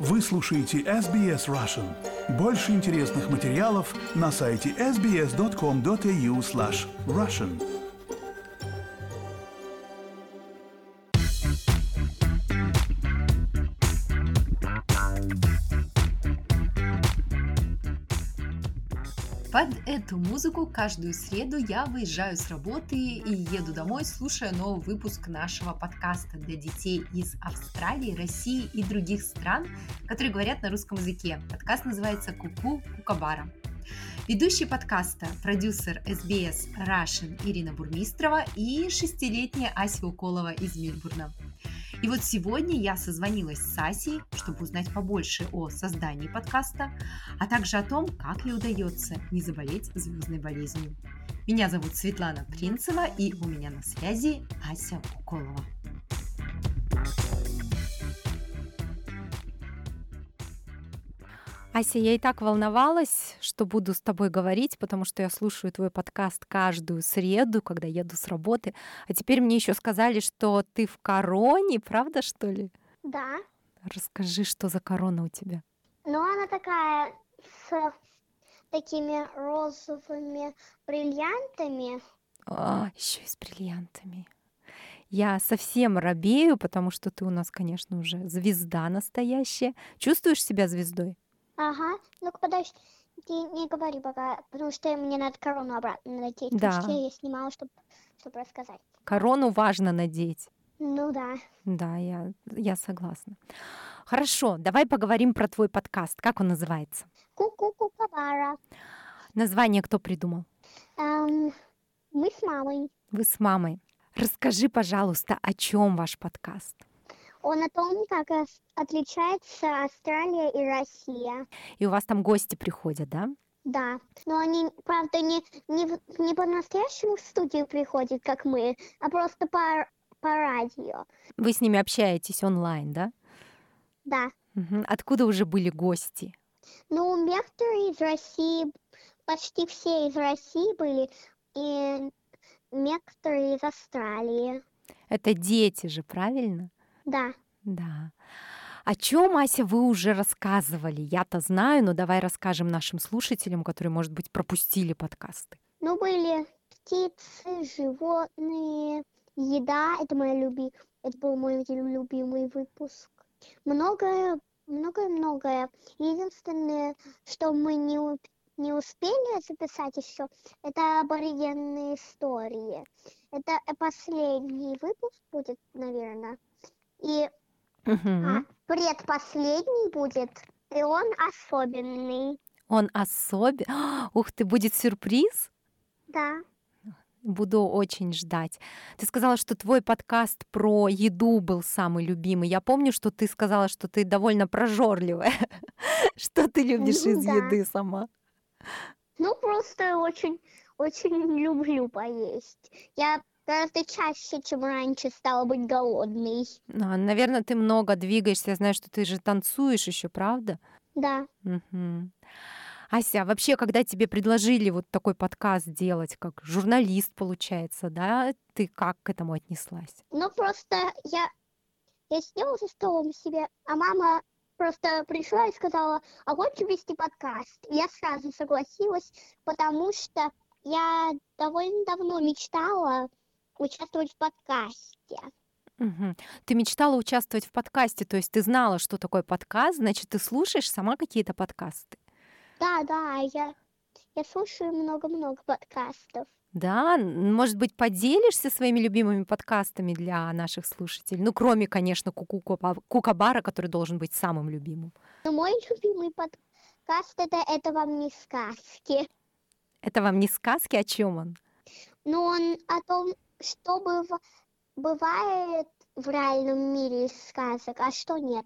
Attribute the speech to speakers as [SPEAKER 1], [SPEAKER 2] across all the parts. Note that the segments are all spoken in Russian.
[SPEAKER 1] Вы слушаете SBS Russian. Больше интересных материалов на сайте sbs.com.au/russian.
[SPEAKER 2] Под эту музыку каждую среду я выезжаю с работы и еду домой, слушая новый выпуск нашего подкаста для детей из Австралии, России и других стран, которые говорят на русском языке. Подкаст называется «Ку-ку Кукабара». Ведущий подкаста – продюсер SBS Russian Ирина Бурмистрова и 6-летняя Ася Уколова из Мельбурна. И вот сегодня я созвонилась с Асей, чтобы узнать побольше о создании подкаста, а также о том, как ей удается не заболеть звездной болезнью. Меня зовут Светлана Принцева, и у меня на связи Ася Уколова.
[SPEAKER 3] Ася, я и так волновалась, что буду с тобой говорить, потому что я слушаю твой подкаст каждую среду, когда еду с работы. А теперь мне еще сказали, что ты в короне, правда, что ли?
[SPEAKER 4] Да.
[SPEAKER 3] Расскажи, что за корона у тебя?
[SPEAKER 4] Ну, она такая с такими розовыми бриллиантами.
[SPEAKER 3] Еще и с бриллиантами. Я совсем робею, потому что ты у нас, конечно, уже звезда настоящая. Чувствуешь себя звездой?
[SPEAKER 4] Ага. Ну-ка, подожди, не говори пока, потому что мне надо корону обратно надеть.
[SPEAKER 3] Да.
[SPEAKER 4] Потому что я снимала, чтобы рассказать.
[SPEAKER 3] Корону важно надеть.
[SPEAKER 4] Ну да.
[SPEAKER 3] Да, я согласна. Хорошо, давай поговорим про твой подкаст. Как он называется?
[SPEAKER 4] Ку-ку Кукабара.
[SPEAKER 3] Название кто придумал?
[SPEAKER 4] Мы с мамой.
[SPEAKER 3] Вы с мамой. Расскажи, пожалуйста, о чем ваш подкаст?
[SPEAKER 4] Он о том, как отличается Австралия и Россия.
[SPEAKER 3] И у вас там гости приходят, да?
[SPEAKER 4] Да, но они, правда, не по-настоящему в студию приходят, как мы, а просто по радио.
[SPEAKER 3] Вы с ними общаетесь онлайн, да?
[SPEAKER 4] Да.
[SPEAKER 3] Угу. Откуда уже были гости?
[SPEAKER 4] Ну, некоторые из России, почти все из России были, и некоторые из Австралии.
[SPEAKER 3] Это дети же, правильно?
[SPEAKER 4] Да.
[SPEAKER 3] Да. О чем, Ася, вы уже рассказывали? Я-то знаю, но давай расскажем нашим слушателям, которые, может быть, пропустили подкасты.
[SPEAKER 4] Ну, были птицы, животные, еда. Это был мой любимый выпуск. Многое. Единственное, что мы не успели записать еще, это аборигенные истории. Это последний выпуск будет, наверное. И предпоследний будет, и он особенный.
[SPEAKER 3] Он особенный? Ух ты, будет сюрприз?
[SPEAKER 4] Да.
[SPEAKER 3] Буду очень ждать. Ты сказала, что твой подкаст про еду был самый любимый. Я помню, что ты сказала, что ты довольно прожорливая. Что ты любишь из еды сама?
[SPEAKER 4] Ну, просто очень, очень люблю поесть. Я гораздо чаще, чем раньше, стала быть голодной.
[SPEAKER 3] Наверное, ты много двигаешься. Я знаю, что ты же танцуешь еще, правда?
[SPEAKER 4] Да.
[SPEAKER 3] Угу. Ася, вообще, когда тебе предложили вот такой подкаст делать, как журналист, получается, да, ты как к этому отнеслась?
[SPEAKER 4] Ну, просто я сидела за столом себе, а мама просто пришла и сказала: а хочешь вести подкаст? И я сразу согласилась, потому что я довольно давно мечтала участвовать в подкасте.
[SPEAKER 3] Угу. Ты мечтала участвовать в подкасте, то есть ты знала, что такое подкаст, значит, ты слушаешь сама какие-то подкасты?
[SPEAKER 4] Да, я слушаю много-много подкастов.
[SPEAKER 3] Да, может быть, поделишься своими любимыми подкастами для наших слушателей? Ну, кроме, конечно, Кукабара, который должен быть самым любимым.
[SPEAKER 4] Но мой любимый подкаст это вам не сказки.
[SPEAKER 3] Это вам не сказки? О чем он?
[SPEAKER 4] Ну, он о том, что бывает в реальном мире из сказок, а что нет.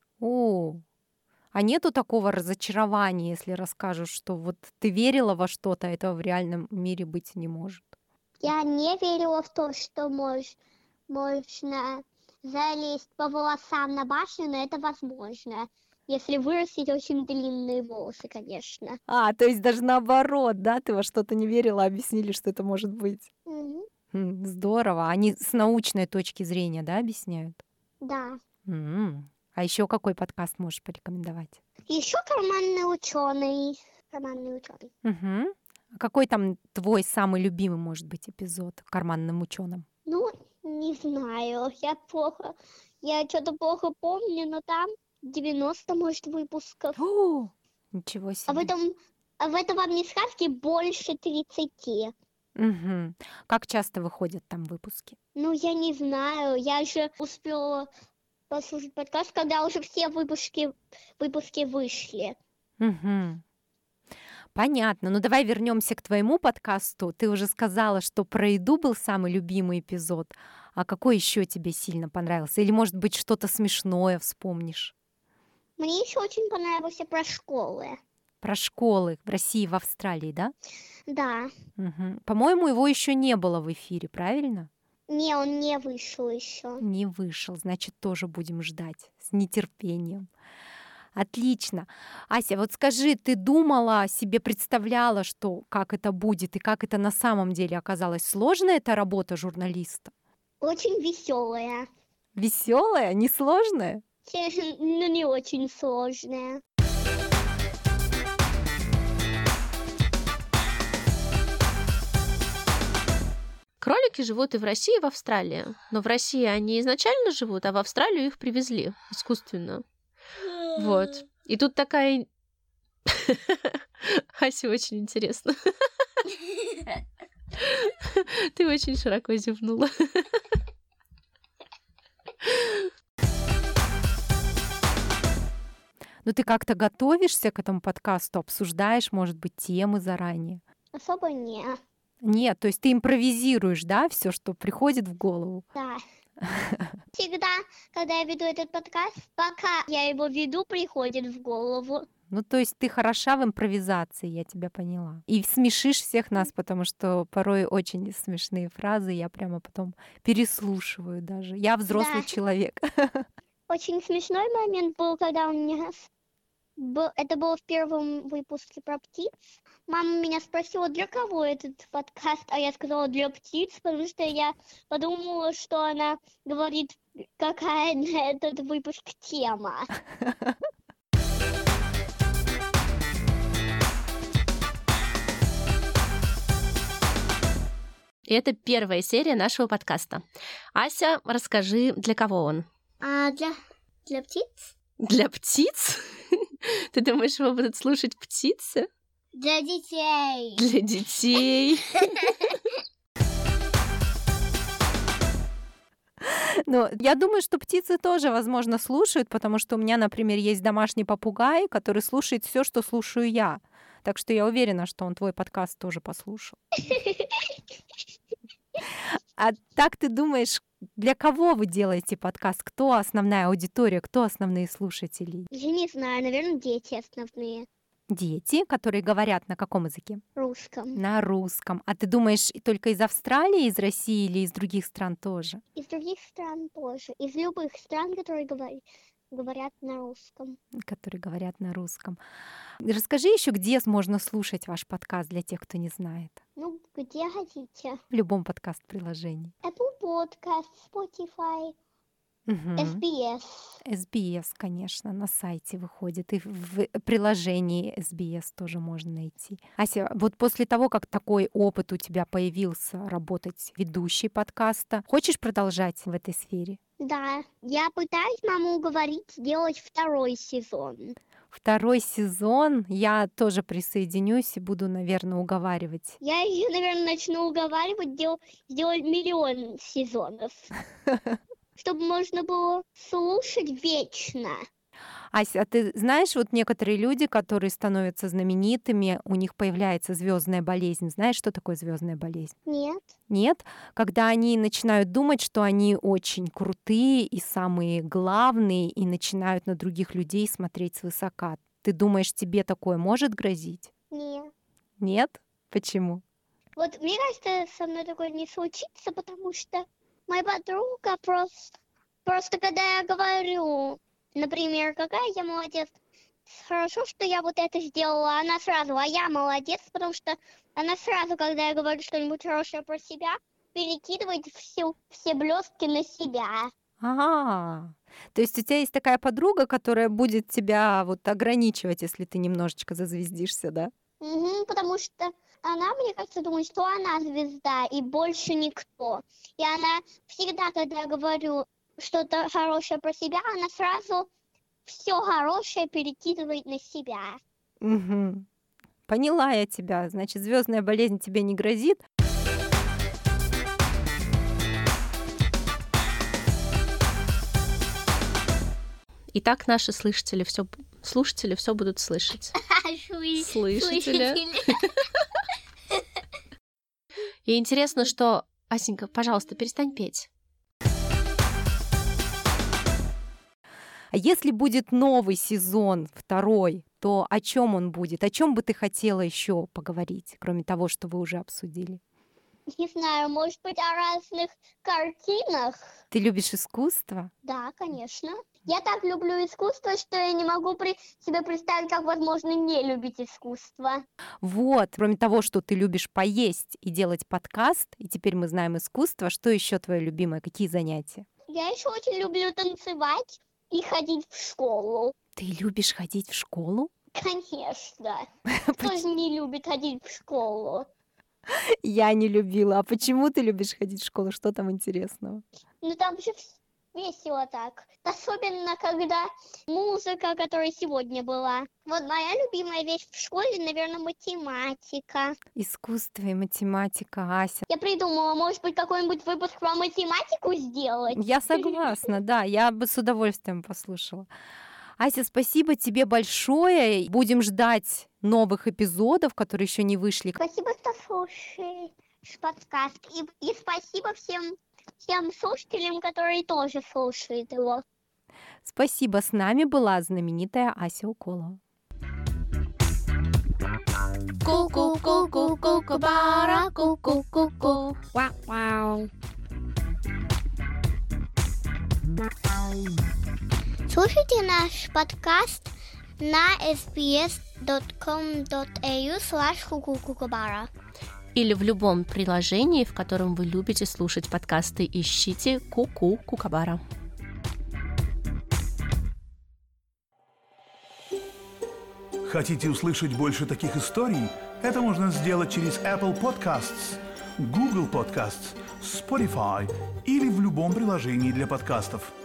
[SPEAKER 3] А нету такого разочарования, если расскажешь, что вот ты верила во что-то, а этого в реальном мире быть не может?
[SPEAKER 4] Я не верила в то, что можно залезть по волосам на башню, но это возможно, если вырастить очень длинные волосы, конечно.
[SPEAKER 3] То есть даже наоборот, да? Ты во что-то не верила, объяснили, что это может быть.
[SPEAKER 4] Угу.
[SPEAKER 3] Здорово. Они с научной точки зрения, да, объясняют?
[SPEAKER 4] Да.
[SPEAKER 3] А еще какой подкаст можешь порекомендовать?
[SPEAKER 4] Еще карманный ученый. Карманный ученый.
[SPEAKER 3] Угу. А какой там твой самый любимый, может быть, эпизод «Карманным ученым»?
[SPEAKER 4] Ну, не знаю, я что-то плохо помню, но там 90, может, выпусков.
[SPEAKER 3] О, ничего
[SPEAKER 4] А
[SPEAKER 3] себе.
[SPEAKER 4] в этом вам не сказки больше 30.
[SPEAKER 3] Мгм. Как часто выходят там выпуски?
[SPEAKER 4] Ну, я не знаю, я же успела послушать подкаст, когда уже все выпуски вышли.
[SPEAKER 3] Мгм. Понятно. Ну давай вернемся к твоему подкасту. Ты уже сказала, что про еду был самый любимый эпизод. А какой еще тебе сильно понравился? Или, может быть, что-то смешное вспомнишь?
[SPEAKER 4] Мне еще очень понравился про школы.
[SPEAKER 3] Про школы в России, в Австралии, да?
[SPEAKER 4] Да.
[SPEAKER 3] Мгм. По-моему, его еще не было в эфире, правильно?
[SPEAKER 4] Не, он не вышел еще.
[SPEAKER 3] Не вышел, значит, тоже будем ждать с нетерпением. Отлично. Ася, вот скажи, ты думала, себе представляла, что как это будет и как это на самом деле оказалось? Сложная эта работа журналиста?
[SPEAKER 4] Очень веселая.
[SPEAKER 3] Веселая, несложная?
[SPEAKER 4] Ну, не очень сложная.
[SPEAKER 5] Кролики живут и в России, и в Австралии. Но в России они изначально живут, а в Австралию их привезли искусственно. Вот. И тут такая... Ася, очень интересно. Ты очень широко зевнула.
[SPEAKER 3] Ну ты как-то готовишься к этому подкасту, обсуждаешь, может быть, темы заранее?
[SPEAKER 4] Особо не.
[SPEAKER 3] Нет, то есть ты импровизируешь, да, все, что приходит в голову?
[SPEAKER 4] Да. Всегда, когда я веду этот подкаст, пока я его веду, приходит в голову.
[SPEAKER 3] Ну, то есть ты хороша в импровизации, я тебя поняла. И смешишь всех нас, потому что порой очень смешные фразы я прямо потом переслушиваю даже. Я взрослый
[SPEAKER 4] Да.
[SPEAKER 3] человек.
[SPEAKER 4] Очень смешной момент был, когда у меня это было в первом выпуске про птиц. Мама меня спросила, для кого этот подкаст, а я сказала для птиц, потому что я подумала, что она говорит, какая на этот выпуск тема.
[SPEAKER 5] И это первая серия нашего подкаста. Ася, расскажи, для кого он?
[SPEAKER 4] А для птиц?
[SPEAKER 5] Для птиц? Ты думаешь, его будут слушать птицы?
[SPEAKER 4] Для детей.
[SPEAKER 5] Для детей.
[SPEAKER 3] Но я думаю, что птицы тоже, возможно, слушают, потому что у меня, например, есть домашний попугай, который слушает все, что слушаю я. Так что я уверена, что он твой подкаст тоже послушал. А так ты думаешь, для кого вы делаете подкаст? Кто основная аудитория, кто основные слушатели?
[SPEAKER 4] Я не знаю, наверное, дети основные.
[SPEAKER 3] Дети, которые говорят на каком языке?
[SPEAKER 4] Русском.
[SPEAKER 3] На русском. А ты думаешь, только из Австралии, из России или из других стран тоже?
[SPEAKER 4] Из других стран тоже. Из любых стран, которые говорят на русском.
[SPEAKER 3] Которые говорят на русском. Расскажи еще, где можно слушать ваш подкаст для тех, кто не знает.
[SPEAKER 4] Ну, где хотите.
[SPEAKER 3] В любом подкаст-приложении.
[SPEAKER 4] Apple Podcast, Spotify,
[SPEAKER 3] Мгм.
[SPEAKER 4] SBS.
[SPEAKER 3] SBS, конечно, на сайте выходит. И в приложении SBS тоже можно найти. Ася, вот после того, как такой опыт у тебя появился работать ведущей подкаста, хочешь продолжать в этой сфере?
[SPEAKER 4] Да, я пытаюсь маму уговорить сделать второй сезон.
[SPEAKER 3] Второй сезон я тоже присоединюсь и буду, наверное, уговаривать.
[SPEAKER 4] Я ее, наверное, начну уговаривать сделать 1 миллион сезонов, чтобы можно было слушать вечно.
[SPEAKER 3] Ася, а ты знаешь, вот некоторые люди, которые становятся знаменитыми, у них появляется звездная болезнь. Знаешь, что такое звездная болезнь?
[SPEAKER 4] Нет?
[SPEAKER 3] Нет? Когда они начинают думать, что они очень крутые и самые главные, и начинают на других людей смотреть свысока. Ты думаешь, тебе такое может грозить?
[SPEAKER 4] Нет.
[SPEAKER 3] Нет? Почему?
[SPEAKER 4] Вот мне кажется, со мной такое не случится, потому что моя подруга просто когда я говорю, например, какая я молодец, хорошо, что я вот это сделала, она сразу, а я молодец, потому что она сразу, когда я говорю что-нибудь хорошее про себя, перекидывает все блестки на себя.
[SPEAKER 3] А, То есть у тебя есть такая подруга, которая будет тебя вот ограничивать, если ты немножечко зазвездишься, да?
[SPEAKER 4] Потому что она, мне кажется, думает, что она звезда и больше никто. И она всегда, когда я говорю что-то хорошее про себя, она сразу все хорошее перекидывает на себя.
[SPEAKER 3] Мгм. Поняла я тебя. Значит, звездная болезнь тебе не грозит.
[SPEAKER 5] Итак, наши слушатели все будут слышать. Слышатели. И интересно, что... Асенька, пожалуйста, перестань петь.
[SPEAKER 3] А если будет новый сезон, второй, то о чем он будет? О чем бы ты хотела еще поговорить, кроме того, что вы уже обсудили?
[SPEAKER 4] Не знаю, может быть, о разных картинах?
[SPEAKER 3] Ты любишь искусство?
[SPEAKER 4] Да, конечно. Я так люблю искусство, что я не могу себе представить, как возможно не любить искусство.
[SPEAKER 3] Вот, кроме того, что ты любишь поесть и делать подкаст, и теперь мы знаем искусство, что еще твое любимое, какие занятия?
[SPEAKER 4] Я еще очень люблю танцевать и ходить в школу.
[SPEAKER 3] Ты любишь ходить в школу?
[SPEAKER 4] Конечно. Кто же не любит ходить в школу?
[SPEAKER 3] Я не любила. А почему ты любишь ходить в школу? Что там интересного?
[SPEAKER 4] Ну там же весело так. Особенно, когда музыка, которая сегодня была. Вот моя любимая вещь в школе, наверное, математика.
[SPEAKER 3] Искусство и математика, Ася.
[SPEAKER 4] Я придумала, может быть, какой-нибудь выпуск про математику сделать.
[SPEAKER 3] Я согласна, да, я бы с удовольствием послушала. Ася, спасибо тебе большое. Будем ждать новых эпизодов, которые еще не вышли.
[SPEAKER 4] Спасибо, что слушаешь подкаст. И спасибо всем слушателям, которые тоже слушают его.
[SPEAKER 3] Спасибо. С нами была знаменитая Ася Уколова.
[SPEAKER 5] Ку-ку-ку-ку-ку-бара, ку-ку-ку-ку.
[SPEAKER 4] Вау. Слушайте наш подкаст на sbs.com.au/кукукукабара.
[SPEAKER 5] Или в любом приложении, в котором вы любите слушать подкасты, ищите Ку-ку Кукабара.
[SPEAKER 1] Хотите услышать больше таких историй? Это можно сделать через Apple Podcasts, Google Podcasts, Spotify или в любом приложении для подкастов.